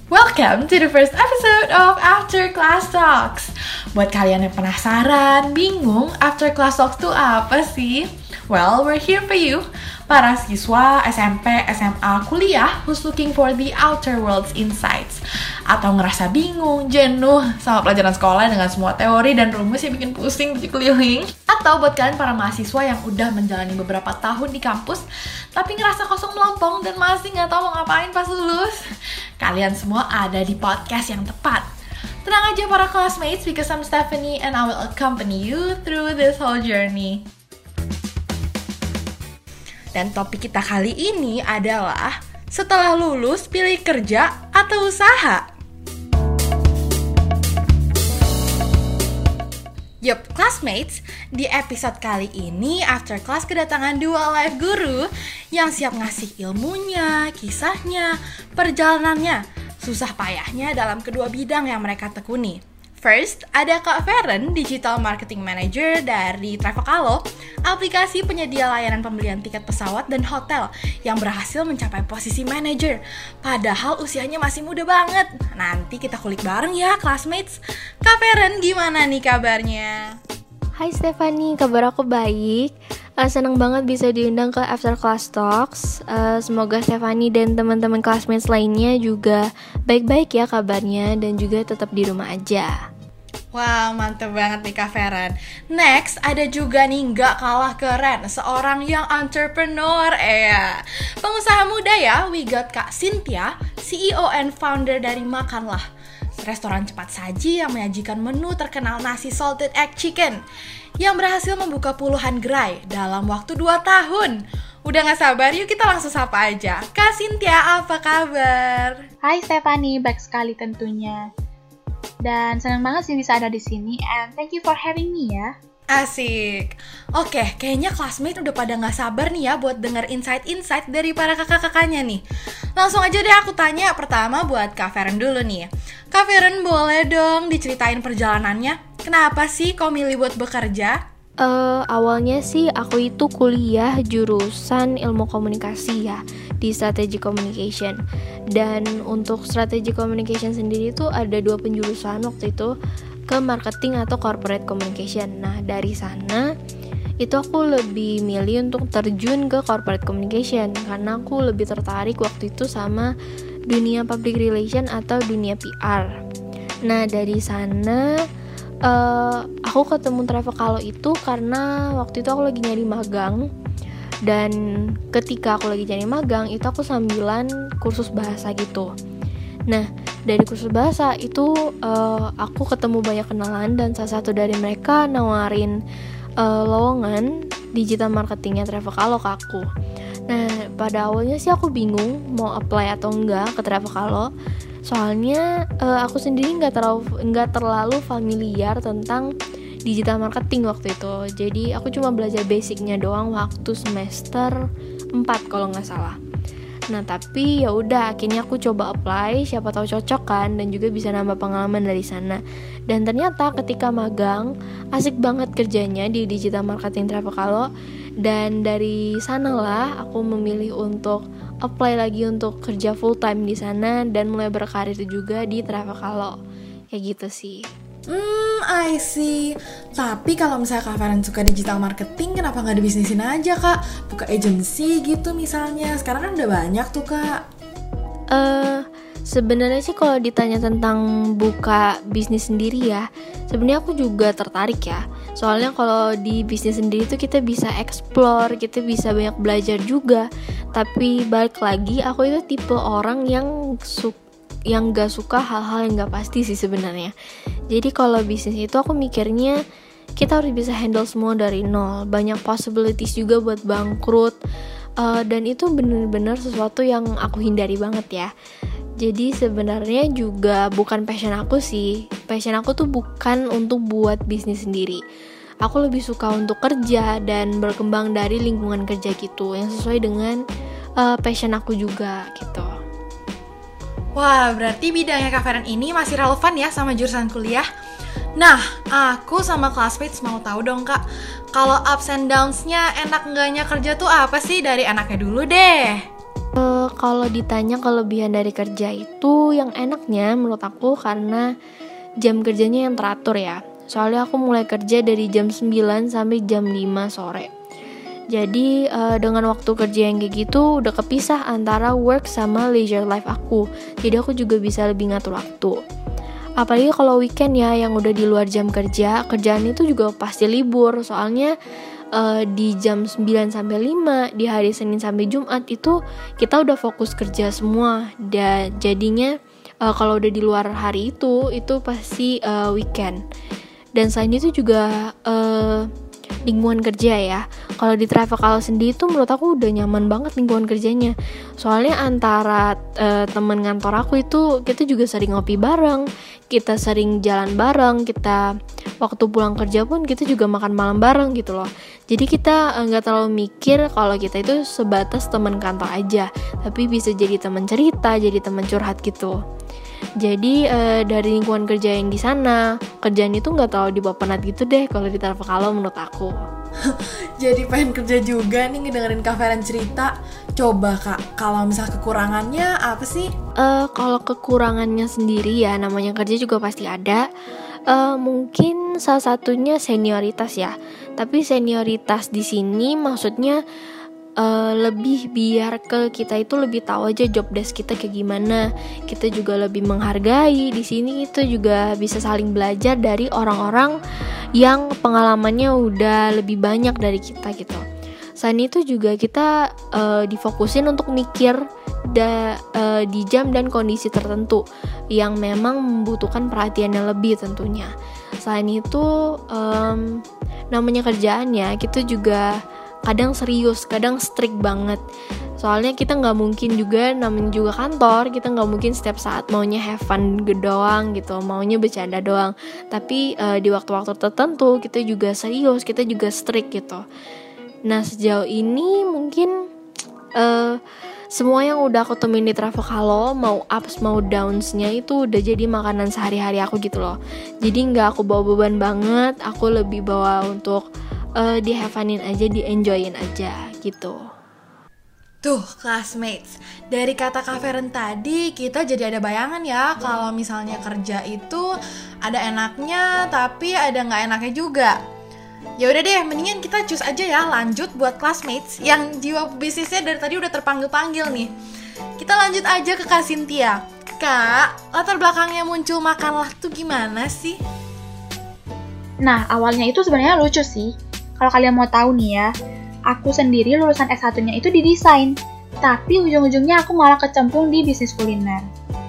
Welcome to the first episode of After Class Talks. Buat kalian yang penasaran, bingung After Class Talks itu apa sih? Well, we're here for you. Para siswa SMP, SMA, kuliah who's looking for the outer world's insights. Atau ngerasa bingung, jenuh sama pelajaran sekolah dengan semua teori dan rumus yang bikin pusing keliling. Atau buat kalian para mahasiswa yang udah menjalani beberapa tahun di kampus tapi ngerasa kosong melompong dan masih gak tahu mau ngapain pas lulus. Kalian semua ada di podcast yang tepat. Tenang aja para classmates, because I'm Stephanie and I will accompany you through this whole journey. Dan topik kita kali ini adalah setelah lulus pilih kerja atau usaha. Yup, classmates, di episode kali ini After Class kedatangan dua live guru yang siap ngasih ilmunya, kisahnya, perjalanannya, susah payahnya dalam kedua bidang yang mereka tekuni. First, ada Kak Feren, Digital Marketing Manager dari Travelocalo, aplikasi penyedia layanan pembelian tiket pesawat dan hotel yang berhasil mencapai posisi manager. Padahal usianya masih muda banget. Nanti kita kulik bareng ya, classmates. Kak Feren, gimana nih kabarnya? Hai Stephanie, kabar aku baik. Senang banget bisa diundang ke After Class Talks. Semoga Stephanie dan teman-teman classmates lainnya juga baik-baik ya kabarnya dan juga tetap di rumah aja. Wah, mantep banget nih Kak Feren. Next, ada juga nih gak kalah keren, seorang yang entrepreneur pengusaha muda ya, we got Kak Cynthia, CEO and founder dari Makanlah, restoran cepat saji yang menyajikan menu terkenal nasi salted egg chicken yang berhasil membuka puluhan gerai dalam waktu 2 tahun. Udah gak sabar, yuk kita langsung sapa aja. Kak Cynthia, apa kabar? Hai Stephanie, baik sekali tentunya. Dan senang banget sih bisa ada di sini, and thank you for having me ya. Asik. Oke, kayaknya classmate udah pada gak sabar nih ya buat denger insight-insight dari para kakak-kakaknya nih. Langsung aja deh aku tanya pertama buat Kak Feren dulu nih. Kak Feren, boleh dong diceritain perjalanannya? Kenapa sih kau milih buat bekerja? Awalnya sih aku itu kuliah jurusan ilmu komunikasi ya di Strategic Communication. Dan untuk Strategic Communication sendiri tuh ada 2 penjurusan waktu itu, ke marketing atau corporate communication. Nah dari sana itu aku lebih milih untuk terjun ke corporate communication karena aku lebih tertarik waktu itu sama dunia public relation atau dunia PR. Nah dari sana aku ketemu Travelocalo itu karena waktu itu aku lagi nyari magang. Dan ketika aku lagi nyari magang itu aku sambilan kursus bahasa gitu. Nah dari kursus bahasa itu aku ketemu banyak kenalan dan salah satu dari mereka nawarin lowongan digital marketingnya Travelocalo ke aku. Nah pada awalnya sih aku bingung mau apply atau enggak ke Travelocalo. Soalnya aku sendiri nggak terlalu familiar tentang digital marketing waktu itu. Jadi aku cuma belajar basicnya doang waktu semester 4 kalau nggak salah. Nah tapi ya udah akhirnya aku coba apply, siapa tahu cocok kan dan juga bisa nambah pengalaman dari sana. Dan ternyata ketika magang asik banget kerjanya di digital marketing Travelocalo. Dan dari sanalah aku memilih untuk apply lagi untuk kerja full time di sana dan mulai berkarir juga di Travelocalo. Kayak gitu sih. I see. Tapi kalau misalnya Kak Feren suka digital marketing, kenapa nggak dibisnisin aja Kak? Buka agency gitu misalnya. Sekarang kan udah banyak tuh Kak. Sebenarnya sih kalau ditanya tentang buka bisnis sendiri ya, sebenarnya aku juga tertarik ya. Soalnya kalau di bisnis sendiri tuh kita bisa explore, kita bisa banyak belajar juga. Tapi balik lagi, aku itu tipe orang yang gak suka hal-hal yang gak pasti sih sebenarnya. Jadi kalau bisnis itu aku mikirnya kita harus bisa handle semua dari nol. Banyak possibilities juga buat bangkrut. Dan itu benar-benar sesuatu yang aku hindari banget ya. Jadi sebenarnya juga bukan passion aku sih. Passion aku tuh bukan untuk buat bisnis sendiri. Aku lebih suka untuk kerja dan berkembang dari lingkungan kerja gitu, yang sesuai dengan passion aku juga gitu. Wah, berarti bidangnya Kak Feren ini masih relevan ya sama jurusan kuliah. Nah, aku sama classmates mau tahu dong Kak, kalau ups and downs-nya enak enggaknya kerja tuh apa sih? Dari enaknya dulu deh. Kalau ditanya kelebihan dari kerja itu, yang enaknya menurut aku karena jam kerjanya yang teratur ya. Soalnya aku mulai kerja dari jam 9 sampai jam 5 sore. Jadi dengan waktu kerja yang kayak gitu udah kepisah antara work sama leisure life aku. Jadi aku juga bisa lebih ngatur waktu. Apalagi kalau weekend ya, yang udah di luar jam kerja, kerjaan itu juga pasti libur. Soalnya di jam 9 sampai 5 di hari Senin sampai Jumat itu kita udah fokus kerja semua. Dan jadinya kalau udah di luar hari itu pasti weekend. Dan selain itu juga lingkungan kerja ya. Kalau di Travelkalo sendiri tuh menurut aku udah nyaman banget lingkungan kerjanya. Soalnya antara teman kantor aku itu kita juga sering ngopi bareng, kita sering jalan bareng, kita waktu pulang kerja pun kita juga makan malam bareng gitu loh. Jadi kita nggak terlalu mikir kalau kita itu sebatas teman kantor aja, tapi bisa jadi teman cerita, jadi teman curhat gitu. Jadi dari lingkungan kerja yang di sana, kerjaan itu nggak terlalu dibawa penat gitu deh kalau di Travelkalo menurut aku. Jadi pengen kerja juga nih ngedengerin Kak Feren cerita. Coba Kak, kalau misal kekurangannya apa sih? Kalau kekurangannya sendiri ya, namanya kerja juga pasti ada. Mungkin salah satunya senioritas ya. Tapi senioritas di sini maksudnya lebih biar ke kita itu lebih tahu aja job desk kita kayak gimana. Kita juga lebih menghargai. Di sini itu juga bisa saling belajar dari orang-orang yang pengalamannya udah lebih banyak dari kita gitu. Selain itu juga kita difokusin untuk mikir di jam dan kondisi tertentu yang memang membutuhkan perhatian yang lebih tentunya. Selain itu namanya kerjaan ya, kita juga kadang serius, kadang strict banget. Soalnya kita nggak mungkin juga, namanya juga kantor, kita nggak mungkin setiap saat maunya have fun doang gitu, maunya bercanda doang. Tapi di waktu-waktu tertentu kita juga serius, kita juga strict gitu. Nah sejauh ini mungkin semua yang udah aku temuin di Travelkalo, mau ups mau downs-nya itu udah jadi makanan sehari-hari aku gitu loh. Jadi nggak aku bawa beban banget, aku lebih bawa untuk di have funin aja, di enjoyin aja gitu. Tuh classmates, dari kata Kak Feren tadi kita jadi ada bayangan ya kalau misalnya kerja itu ada enaknya tapi ada nggak enaknya juga. Ya udah deh, mendingan kita cus aja ya, lanjut buat classmates yang jiwa bisnisnya dari tadi udah terpanggil-panggil nih. Kita lanjut aja ke Kak Cynthia. Kak, latar belakangnya muncul Makanlah tuh gimana sih? Nah, awalnya itu sebenarnya lucu sih. Kalau kalian mau tahu nih ya, aku sendiri lulusan S1-nya itu di desain, tapi ujung-ujungnya aku malah kecemplung di bisnis kuliner.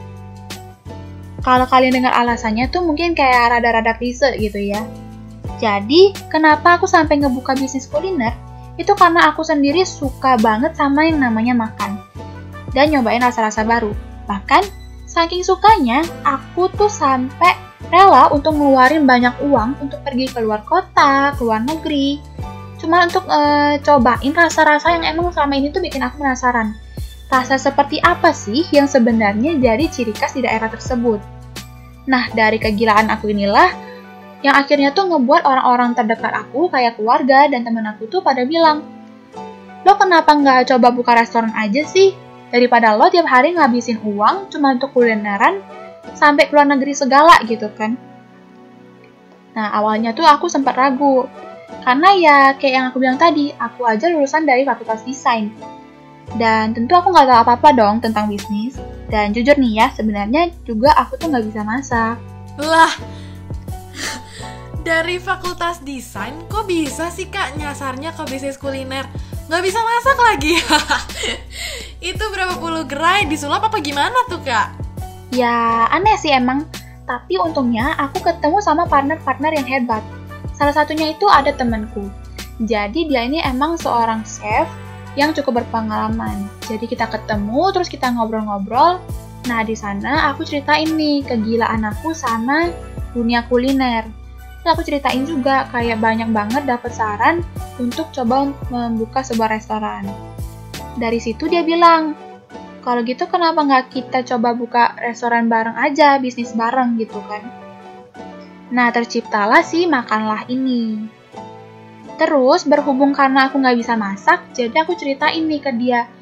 Kalau kalian dengar alasannya tuh mungkin kayak rada-rada klise gitu ya. Jadi, kenapa aku sampai ngebuka bisnis kuliner? Itu karena aku sendiri suka banget sama yang namanya makan. Dan nyobain rasa-rasa baru. Bahkan, saking sukanya, aku tuh sampai rela untuk ngeluarin banyak uang untuk pergi ke luar kota, ke luar negeri. Cuma untuk cobain rasa-rasa yang emang selama ini tuh bikin aku penasaran. Rasa seperti apa sih yang sebenarnya jadi ciri khas di daerah tersebut? Nah, dari kegilaan aku inilah yang akhirnya tuh ngebuat orang-orang terdekat aku kayak keluarga dan teman aku tuh pada bilang, lo kenapa nggak coba buka restoran aja sih? Daripada lo tiap hari ngabisin uang cuma untuk kulineran sampai ke luar negeri segala gitu kan. Nah awalnya tuh aku sempat ragu karena ya kayak yang aku bilang tadi, aku aja lulusan dari fakultas desain dan tentu aku nggak tahu apa-apa dong tentang bisnis. Dan jujur nih ya, sebenarnya juga aku tuh nggak bisa masak. Lah, dari fakultas desain kok bisa sih Kak nyasarnya ke bisnis kuliner? Nggak bisa masak lagi. Itu berapa puluh gerai disulap apa gimana tuh Kak? Ya aneh sih emang, tapi untungnya aku ketemu sama partner-partner yang hebat. Salah satunya itu ada temanku. Jadi dia ini emang seorang chef yang cukup berpengalaman. Jadi kita ketemu, terus kita ngobrol-ngobrol. Nah di sana aku ceritain nih kegilaan aku sama dunia kuliner. Terus aku ceritain juga kayak banyak banget dapet saran untuk coba membuka sebuah restoran. Dari situ dia bilang, kalau gitu kenapa nggak kita coba buka restoran bareng aja, bisnis bareng gitu kan. Nah terciptalah si Makanlah ini. Terus berhubung karena aku nggak bisa masak, jadi aku ceritain nih ke dia.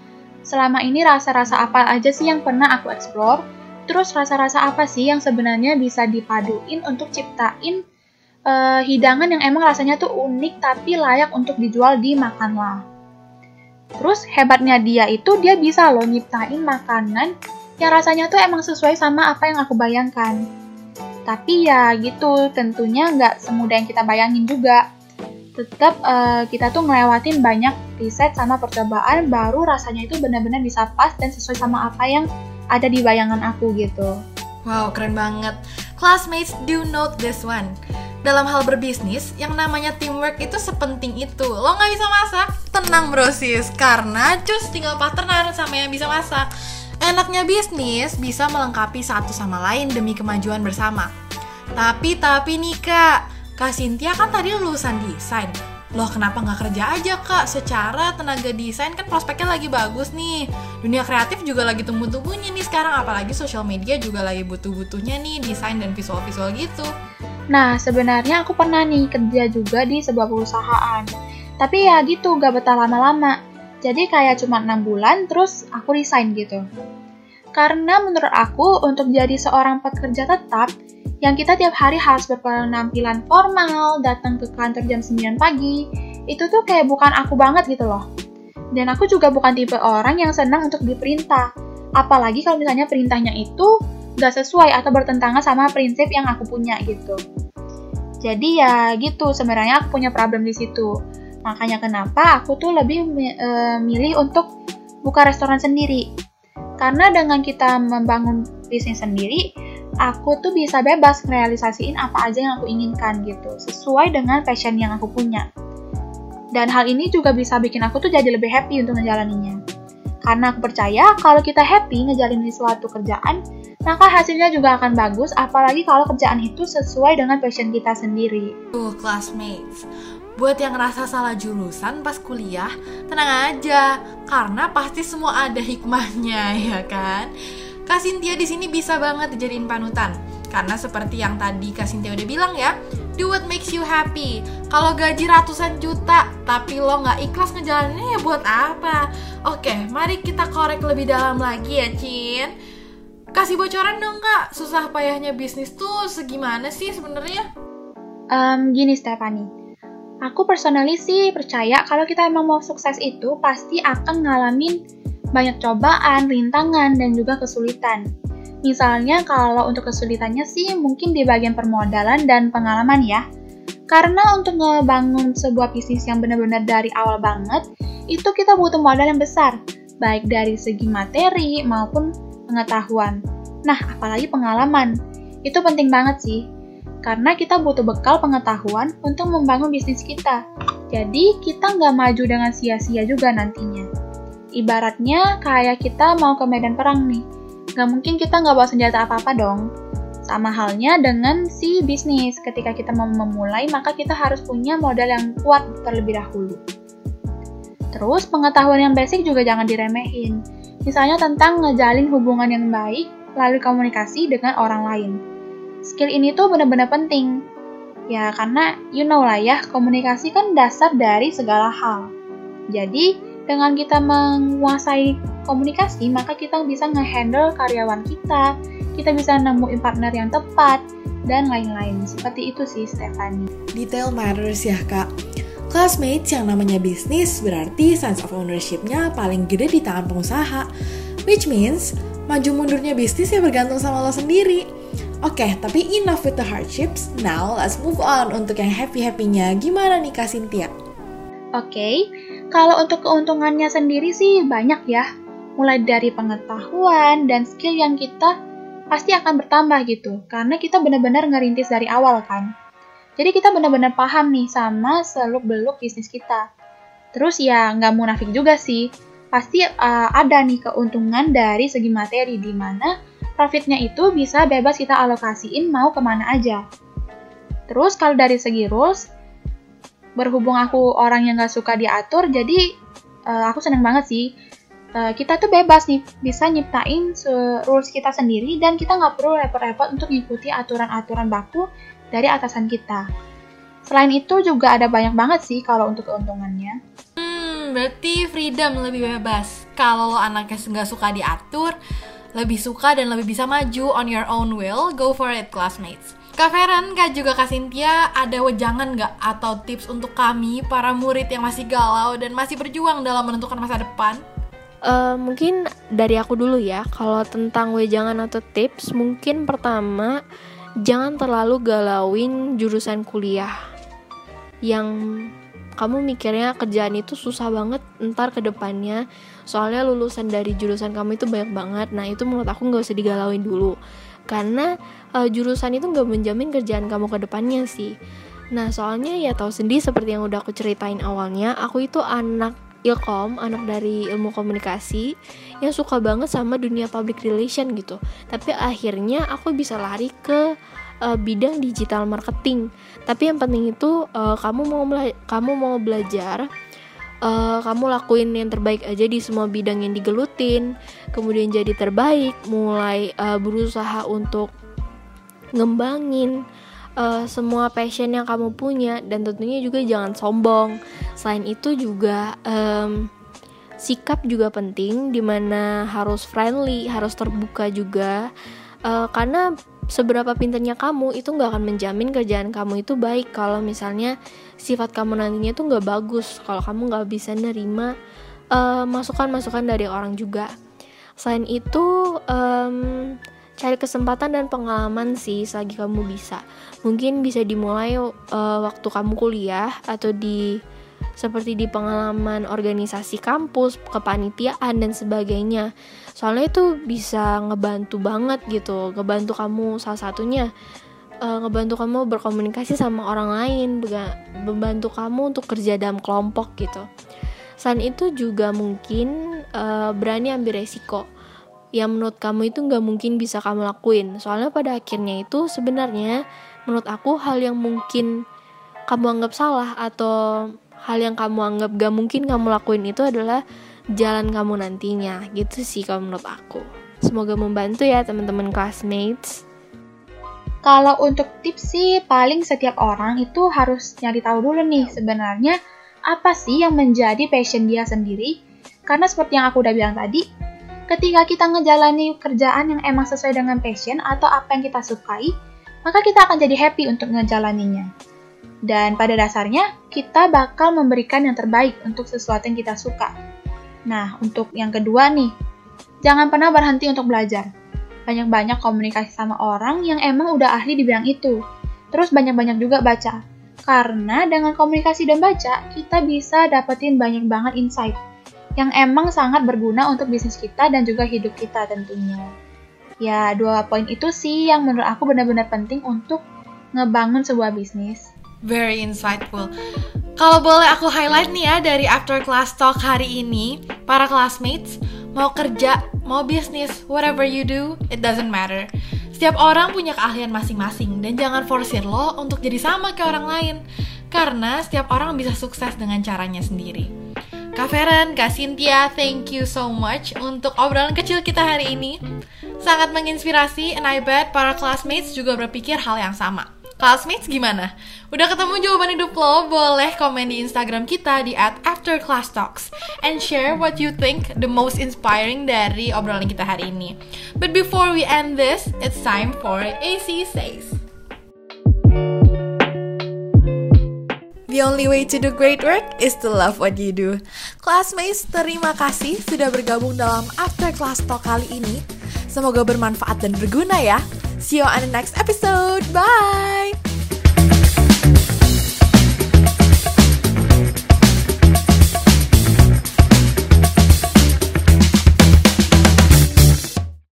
selama ini rasa-rasa apa aja sih yang pernah aku explore, terus rasa-rasa apa sih yang sebenarnya bisa dipaduin untuk ciptain hidangan yang emang rasanya tuh unik tapi layak untuk dijual di Makanlah. Terus hebatnya dia bisa loh nyiptain makanan yang rasanya tuh emang sesuai sama apa yang aku bayangkan. Tapi ya gitu, tentunya nggak semudah yang kita bayangin juga. Tetap kita tuh ngelewatin banyak riset sama percobaan baru rasanya itu benar-benar bisa pas dan sesuai sama apa yang ada di bayangan aku gitu. Wow, keren banget. Classmates, do note this one. Dalam hal berbisnis, yang namanya teamwork itu sepenting itu. Lo nggak bisa masak? Tenang bro sis, karena cus tinggal partneran sama yang bisa masak. Enaknya bisnis bisa melengkapi satu sama lain demi kemajuan bersama. Tapi nih Kak Cynthia kan tadi lulusan desain. Loh kenapa nggak kerja aja Kak? Secara tenaga desain kan prospeknya lagi bagus nih. Dunia kreatif juga lagi tumbuh-tumbuhnya nih sekarang. Apalagi sosial media juga lagi butuh-butuhnya nih desain dan visual-visual gitu. Nah sebenarnya aku pernah nih kerja juga di sebuah perusahaan. Tapi ya gitu gak betah lama-lama. Jadi kayak cuma 6 bulan terus aku resign gitu. Karena menurut aku untuk jadi seorang pekerja tetap yang kita tiap hari harus berpenampilan formal, datang ke kantor jam 9 pagi, itu tuh kayak bukan aku banget gitu loh. Dan aku juga bukan tipe orang yang senang untuk diperintah. Apalagi kalau misalnya perintahnya itu gak sesuai atau bertentangan sama prinsip yang aku punya gitu. Jadi ya gitu, sebenarnya aku punya problem di situ. Makanya kenapa aku tuh lebih milih untuk buka restoran sendiri. Karena dengan kita membangun bisnis sendiri, aku tuh bisa bebas merealisasiin apa aja yang aku inginkan gitu, sesuai dengan passion yang aku punya. Dan hal ini juga bisa bikin aku tuh jadi lebih happy untuk ngejalaninnya. Karena aku percaya kalau kita happy ngejalanin suatu kerjaan, maka hasilnya juga akan bagus, apalagi kalau kerjaan itu sesuai dengan passion kita sendiri. Classmates, buat yang ngerasa salah jurusan pas kuliah, tenang aja, karena pasti semua ada hikmahnya, ya kan? Kak Cynthia di sini bisa banget dijadiin panutan. Karena seperti yang tadi Kak Cynthia udah bilang ya, do what makes you happy. Kalau gaji ratusan juta, tapi lo nggak ikhlas ngejalaninnya ya buat apa? Oke, mari kita korek lebih dalam lagi ya, Cin. Kasih bocoran dong Kak, susah payahnya bisnis tuh segimana sih sebenarnya? Gini Stephanie, aku personally sih percaya kalau kita emang mau sukses itu pasti akan ngalamin banyak cobaan, rintangan, dan juga kesulitan. Misalnya kalau untuk kesulitannya sih mungkin di bagian permodalan dan pengalaman ya. Karena untuk ngebangun sebuah bisnis yang benar-benar dari awal banget, itu kita butuh modal yang besar, baik dari segi materi maupun pengetahuan. Nah, apalagi pengalaman. Itu penting banget sih. Karena kita butuh bekal pengetahuan untuk membangun bisnis kita. Jadi, kita nggak maju dengan sia-sia juga nantinya. Ibaratnya kayak kita mau ke medan perang nih. Nggak mungkin kita nggak bawa senjata apa-apa dong. Sama halnya dengan si bisnis. Ketika kita mau memulai, maka kita harus punya modal yang kuat terlebih dahulu. Terus, pengetahuan yang basic juga jangan diremehin. Misalnya tentang ngejalin hubungan yang baik melalui komunikasi dengan orang lain. Skill ini tuh benar-benar penting. Ya, karena you know lah ya, komunikasi kan dasar dari segala hal. Jadi, dengan kita menguasai komunikasi, maka kita bisa nge-handle karyawan kita bisa nemuin partner yang tepat, dan lain-lain. Seperti itu sih, Stephanie. Detail matters ya, Kak. Classmates, yang namanya bisnis berarti sense of ownership-nya paling gede di tangan pengusaha. Which means, maju mundurnya bisnis ya bergantung sama lo sendiri. Oke, tapi enough with the hardships. Now, let's move on untuk yang happy-happynya. Gimana nih, Kak Cynthia? Oke, kalau untuk keuntungannya sendiri sih banyak ya. Mulai dari pengetahuan dan skill yang kita pasti akan bertambah gitu. Karena kita benar-benar ngerintis dari awal kan. Jadi kita benar-benar paham nih sama seluk-beluk bisnis kita. Terus ya nggak munafik juga sih. Pasti ada nih keuntungan dari segi materi di mana profitnya itu bisa bebas kita alokasiin mau kemana aja. Terus kalau dari segi rules, berhubung aku orang yang gak suka diatur, jadi aku seneng banget sih. Kita tuh bebas nih, bisa nyiptain rules kita sendiri dan kita gak perlu repot-repot untuk ngikuti aturan-aturan baku dari atasan kita. Selain itu juga ada banyak banget sih kalau untuk keuntungannya. berarti freedom, lebih bebas. Kalau lo anaknya nggak suka diatur, lebih suka dan lebih bisa maju on your own will, go for it classmates. Kak Feren, Kak juga Kak Cynthia, ada wejangan nggak atau tips untuk kami, para murid yang masih galau dan masih berjuang dalam menentukan masa depan? Mungkin dari aku dulu ya. Kalau tentang wejangan atau tips, mungkin pertama, jangan terlalu galauin jurusan kuliah yang kamu mikirnya kerjaan itu susah banget ntar ke depannya, soalnya lulusan dari jurusan kamu itu banyak banget. Nah itu menurut aku gak usah digalauin dulu, karena jurusan itu gak menjamin kerjaan kamu ke depannya sih. Nah soalnya ya tahu sendiri seperti yang udah aku ceritain awalnya, aku itu anak Ilkom, anak dari ilmu komunikasi yang suka banget sama dunia public relation gitu. Tapi akhirnya aku bisa lari ke bidang digital marketing. Tapi yang penting itu kamu mau belajar, kamu lakuin yang terbaik aja di semua bidang yang digelutin, kemudian jadi terbaik, mulai berusaha untuk ngembangin semua passion yang kamu punya, dan tentunya juga jangan sombong. Selain itu juga sikap juga penting, dimana harus friendly, harus terbuka juga, karena seberapa pintarnya kamu itu gak akan menjamin kerjaan kamu itu baik kalau misalnya sifat kamu nantinya itu gak bagus, kalau kamu gak bisa nerima masukan-masukan dari orang juga. Selain itu cari kesempatan dan pengalaman sih selagi kamu bisa. Mungkin bisa dimulai waktu kamu kuliah, atau seperti di pengalaman organisasi kampus, kepanitiaan dan sebagainya. Soalnya itu bisa ngebantu banget gitu, ngebantu kamu salah satunya ngebantu kamu berkomunikasi sama orang lain, membantu kamu untuk kerja dalam kelompok gitu. Selain itu juga mungkin berani ambil resiko yang menurut kamu itu gak mungkin bisa kamu lakuin. Soalnya pada akhirnya itu sebenarnya menurut aku hal yang mungkin kamu anggap salah atau hal yang kamu anggap gak mungkin kamu lakuin itu adalah jalan kamu nantinya. Gitu sih kalau menurut aku. Semoga membantu ya teman-teman classmates. Kalau untuk tips sih, paling setiap orang itu harus nyari tahu dulu nih sebenarnya apa sih yang menjadi passion dia sendiri. Karena seperti yang aku udah bilang tadi, ketika kita ngejalani kerjaan yang emang sesuai dengan passion atau apa yang kita sukai, maka kita akan jadi happy untuk ngejalaninya. Dan pada dasarnya, kita bakal memberikan yang terbaik untuk sesuatu yang kita suka. Nah, untuk yang kedua nih, jangan pernah berhenti untuk belajar. Banyak-banyak komunikasi sama orang yang emang udah ahli di bidang itu. Terus banyak-banyak juga baca. Karena dengan komunikasi dan baca, kita bisa dapetin banyak banget insight yang emang sangat berguna untuk bisnis kita dan juga hidup kita tentunya. Ya, 2 poin itu sih yang menurut aku benar-benar penting untuk ngebangun sebuah bisnis. Very insightful. Kalau boleh aku highlight nih ya dari After Class Talk hari ini, para classmates, mau kerja, mau bisnis, whatever you do, it doesn't matter. Setiap orang punya keahlian masing-masing dan jangan forsir lo untuk jadi sama kayak orang lain, karena setiap orang bisa sukses dengan caranya sendiri. Kak Feren, Kak Cynthia, thank you so much untuk obrolan kecil kita hari ini. Sangat menginspirasi, and I bet para classmates juga berpikir hal yang sama. Classmates gimana? Udah ketemu jawaban hidup lo? Boleh komen di Instagram kita di @afterclasstalks and share what you think the most inspiring dari obrolan kita hari ini. But before we end this, it's time for AC Says. The only way to do great work is to love what you do. Classmates, terima kasih sudah bergabung dalam After Class Talk kali ini. Semoga bermanfaat dan berguna ya. See you on the next episode. Bye!